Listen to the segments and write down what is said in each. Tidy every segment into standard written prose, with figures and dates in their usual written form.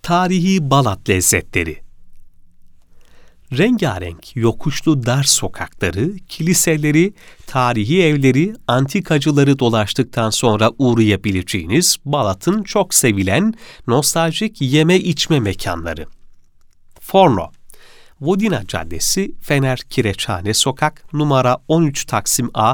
Tarihi Balat lezzetleri. Rengarenk, yokuşlu dar sokakları, kiliseleri, tarihi evleri, antikacıları dolaştıktan sonra uğrayabileceğiniz Balat'ın çok sevilen nostaljik yeme içme mekanları. Forno. Vodina Caddesi, Fener Kireçhane Sokak, numara 13 Taksim A,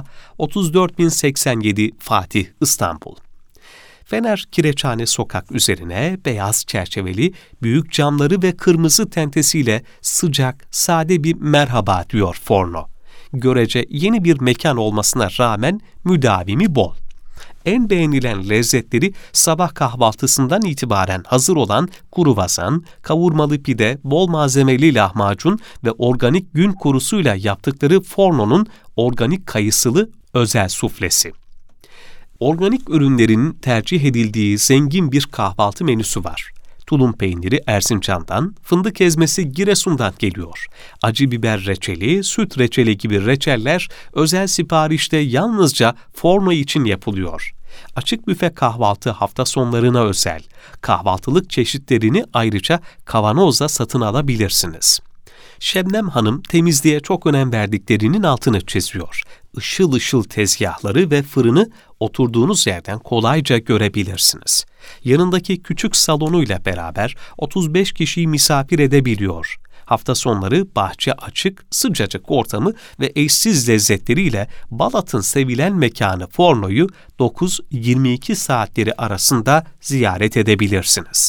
34087 Fatih, İstanbul. Fener Kireçhane Sokak üzerine beyaz çerçeveli, büyük camları ve kırmızı tentesiyle sıcak, sade bir merhaba diyor Forno. Görece yeni bir mekan olmasına rağmen müdavimi bol. En beğenilen lezzetleri sabah kahvaltısından itibaren hazır olan kruvasan, kavurmalı pide, bol malzemeli lahmacun ve organik gün kurusuyla yaptıkları Forno'nun organik kayısılı özel suflesi. Organik ürünlerin tercih edildiği zengin bir kahvaltı menüsü var. Tulum peyniri Erzincan'dan, fındık ezmesi Giresun'dan geliyor. Acı biber reçeli, süt reçeli gibi reçeller özel siparişte yalnızca Forno için yapılıyor. Açık büfe kahvaltı hafta sonlarına özel. Kahvaltılık çeşitlerini ayrıca kavanozla satın alabilirsiniz. Şebnem Hanım temizliğe çok önem verdiklerinin altını çiziyor. Işıl ışıl tezgahları ve fırını oturduğunuz yerden kolayca görebilirsiniz. Yanındaki küçük salonuyla beraber 35 kişiyi misafir edebiliyor. Hafta sonları bahçe açık, sıcacık ortamı ve eşsiz lezzetleriyle Balat'ın sevilen mekanı Forno'yu 9-22 saatleri arasında ziyaret edebilirsiniz.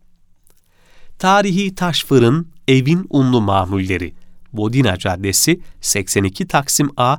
Tarihi taş fırın, evin unlu mamulleri. Vodina Caddesi, 82 Taksim A,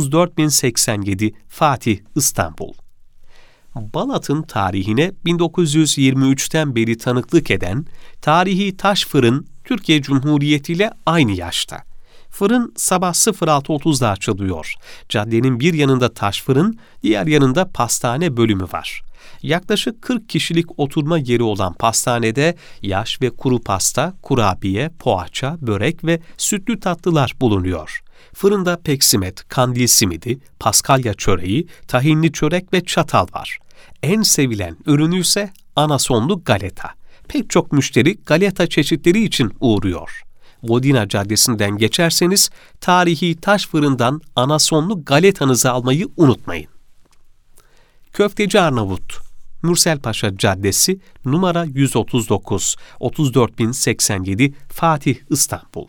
34087 Fatih, İstanbul. Balat'ın tarihine 1923'ten beri tanıklık eden tarihi taş fırın, Türkiye Cumhuriyeti ile aynı yaşta. Fırın sabah 06.30'da açılıyor. Caddenin bir yanında taş fırın, diğer yanında pastane bölümü var. Yaklaşık 40 kişilik oturma yeri olan pastanede yaş ve kuru pasta, kurabiye, poğaça, börek ve sütlü tatlılar bulunuyor. Fırında peksimet, kandil simidi, paskalya çöreği, tahinli çörek ve çatal var. En sevilen ürünü ise anasonlu galeta. Pek çok müşteri galeta çeşitleri için uğruyor. Vodina Caddesi'nden geçerseniz tarihi taş fırından anasonlu galetanızı almayı unutmayın. Köfteci Arnavut, Nurselpaşa Caddesi, numara 139, 34087 Fatih, İstanbul.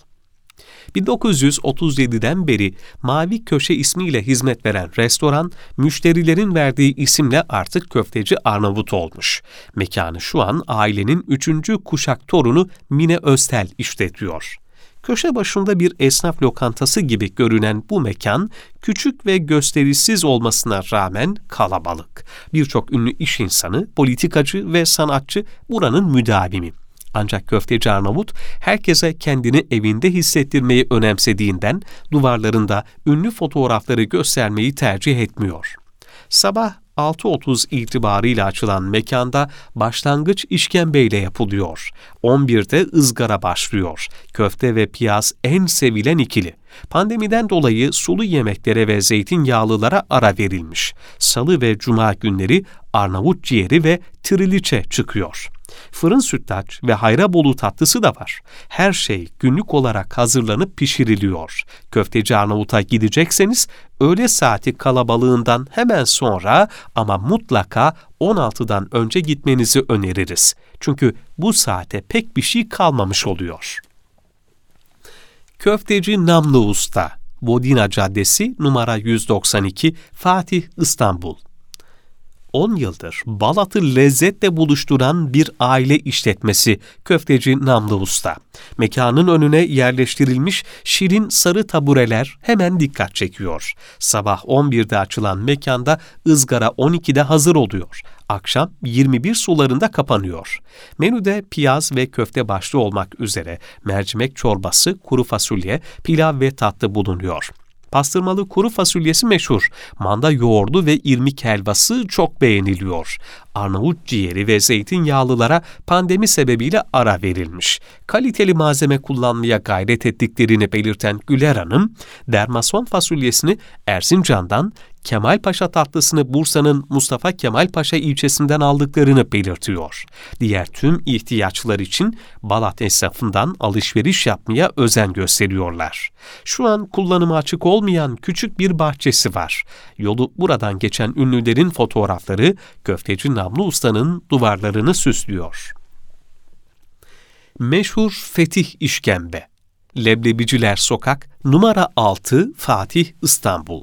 1937'den beri Mavi Köşe ismiyle hizmet veren restoran, müşterilerin verdiği isimle artık Köfteci Arnavut olmuş. Mekanı şu an ailenin 3. kuşak torunu Mine Öztel işletiyor. Köşe başında bir esnaf lokantası gibi görünen bu mekan, küçük ve gösterişsiz olmasına rağmen kalabalık. Birçok ünlü iş insanı, politikacı ve sanatçı buranın müdavimi. Ancak Köfteci Arnavut, herkese kendini evinde hissettirmeyi önemsediğinden duvarlarında ünlü fotoğrafları göstermeyi tercih etmiyor. Sabah 6.30 itibarıyla açılan mekanda başlangıç işkembeyle yapılıyor. 11'de ızgara başlıyor. Köfte ve piyaz en sevilen ikili. Pandemiden dolayı sulu yemeklere ve zeytinyağlılara ara verilmiş. Salı ve cuma günleri Arnavut ciğeri ve triliçe çıkıyor. Fırın sütlaç ve hayrabolu tatlısı da var. Her şey günlük olarak hazırlanıp pişiriliyor. Köfteci Arnavut'a gidecekseniz öğle saati kalabalığından hemen sonra ama mutlaka 16'dan önce gitmenizi öneririz. Çünkü bu saate pek bir şey kalmamış oluyor. Köfteci Namlı Usta, Vodina Caddesi, numara 192 Fatih, İstanbul. 10 yıldır Balat'ı lezzetle buluşturan bir aile işletmesi Köfteci Namlı Usta. Mekanın önüne yerleştirilmiş şirin sarı tabureler hemen dikkat çekiyor. Sabah 11'de açılan mekanda ızgara 12'de hazır oluyor. Akşam 21 sularında kapanıyor. Menüde piyaz ve köfte başta olmak üzere mercimek çorbası, kuru fasulye, pilav ve tatlı bulunuyor. Pastırmalı kuru fasulyesi meşhur. Manda yoğurdu ve irmik helvası çok beğeniliyor. Arnavut ciğeri ve zeytinyağlılara pandemi sebebiyle ara verilmiş. Kaliteli malzeme kullanmaya gayret ettiklerini belirten Güler Hanım, dermason fasulyesini Erzincan'dan, Kemalpaşa tatlısını Bursa'nın Mustafa Kemal Paşa ilçesinden aldıklarını belirtiyor. Diğer tüm ihtiyaçlar için Balat esnafından alışveriş yapmaya özen gösteriyorlar. Şu an kullanıma açık olmayan küçük bir bahçesi var. Yolu buradan geçen ünlülerin fotoğrafları Köfteci Namlı Usta'nın duvarlarını süslüyor. Meşhur Fetih İşkembe. Leblebiciler Sokak, numara 6, Fatih, İstanbul.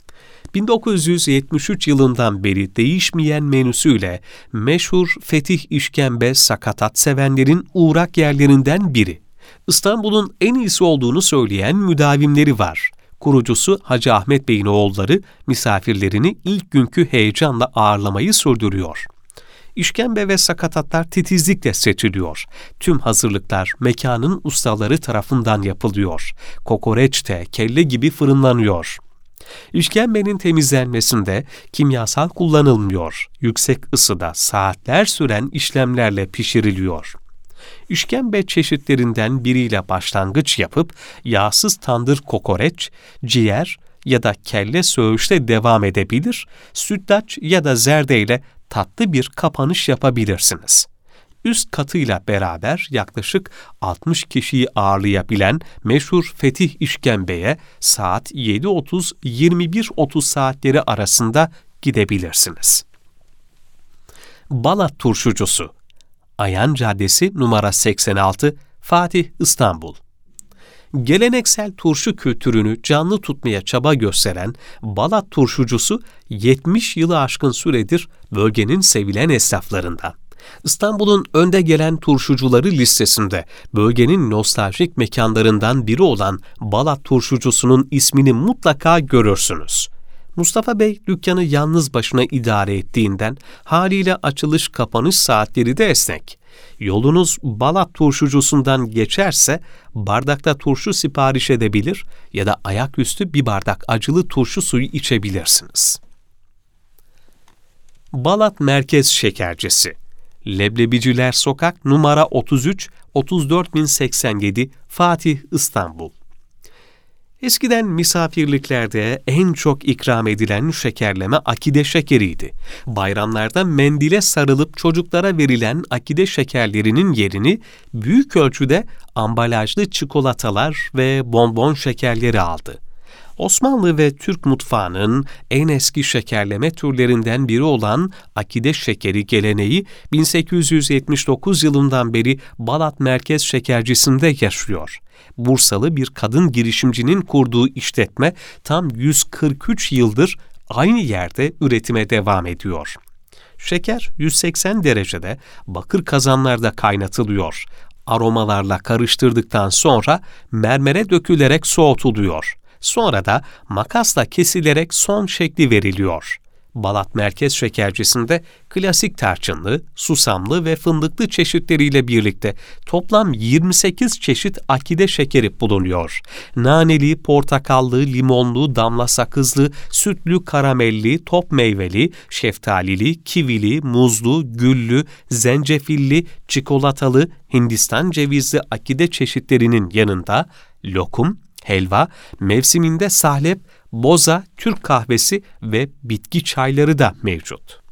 1973 yılından beri değişmeyen menüsüyle meşhur Fetih İşkembe sakatat sevenlerin uğrak yerlerinden biri. İstanbul'un en iyisi olduğunu söyleyen müdavimleri var. Kurucusu Hacı Ahmet Bey'in oğulları misafirlerini ilk günkü heyecanla ağırlamayı sürdürüyor. İşkembe ve sakatatlar titizlikle seçiliyor. Tüm hazırlıklar mekanın ustaları tarafından yapılıyor. Kokoreç de kelle gibi fırınlanıyor. İşkembenin temizlenmesinde kimyasal kullanılmıyor. Yüksek ısıda saatler süren işlemlerle pişiriliyor. İşkembe çeşitlerinden biriyle başlangıç yapıp yağsız tandır kokoreç, ciğer ya da kelle söğüşle devam edebilir, sütlaç ya da zerdeyle tatlı bir kapanış yapabilirsiniz. Üst katıyla beraber yaklaşık 60 kişiyi ağırlayabilen meşhur Fetih İşkembe'ye saat 7.30-21.30 saatleri arasında gidebilirsiniz. Balat Turşucusu. Ayan Caddesi numara 86, Fatih, İstanbul. Geleneksel turşu kültürünü canlı tutmaya çaba gösteren Balat Turşucusu 70 yılı aşkın süredir bölgenin sevilen esnaflarından. İstanbul'un önde gelen turşucuları listesinde bölgenin nostaljik mekanlarından biri olan Balat Turşucusu'nun ismini mutlaka görürsünüz. Mustafa Bey dükkanı yalnız başına idare ettiğinden haliyle açılış kapanış saatleri de esnek. Yolunuz Balat Turşucusu'ndan geçerse bardakta turşu sipariş edebilir ya da ayaküstü bir bardak acılı turşu suyu içebilirsiniz. Balat Merkez Şekercisi. Leblebiciler Sokak numara 33, 34087, Fatih, İstanbul. Eskiden misafirliklerde en çok ikram edilen şekerleme akide şekeriydi. Bayramlarda mendile sarılıp çocuklara verilen akide şekerlerinin yerini büyük ölçüde ambalajlı çikolatalar ve bonbon şekerleri aldı. Osmanlı ve Türk mutfağının en eski şekerleme türlerinden biri olan akide şekeri geleneği 1879 yılından beri Balat Merkez Şekercisi'nde yaşıyor. Bursalı bir kadın girişimcinin kurduğu işletme tam 143 yıldır aynı yerde üretime devam ediyor. Şeker 180 derecede bakır kazanlarda kaynatılıyor. Aromalarla karıştırdıktan sonra mermere dökülerek soğutuluyor. Sonra da makasla kesilerek son şekli veriliyor. Balat Merkez Şekercisi'nde klasik tarçınlı, susamlı ve fındıklı çeşitleriyle birlikte toplam 28 çeşit akide şekeri bulunuyor. Naneli, portakallı, limonlu, damla sakızlı, sütlü, karamelli, top meyveli, şeftalili, kivili, muzlu, güllü, zencefilli, çikolatalı, Hindistan cevizli akide çeşitlerinin yanında lokum, helva, mevsiminde sahlep, boza, Türk kahvesi ve bitki çayları da mevcut.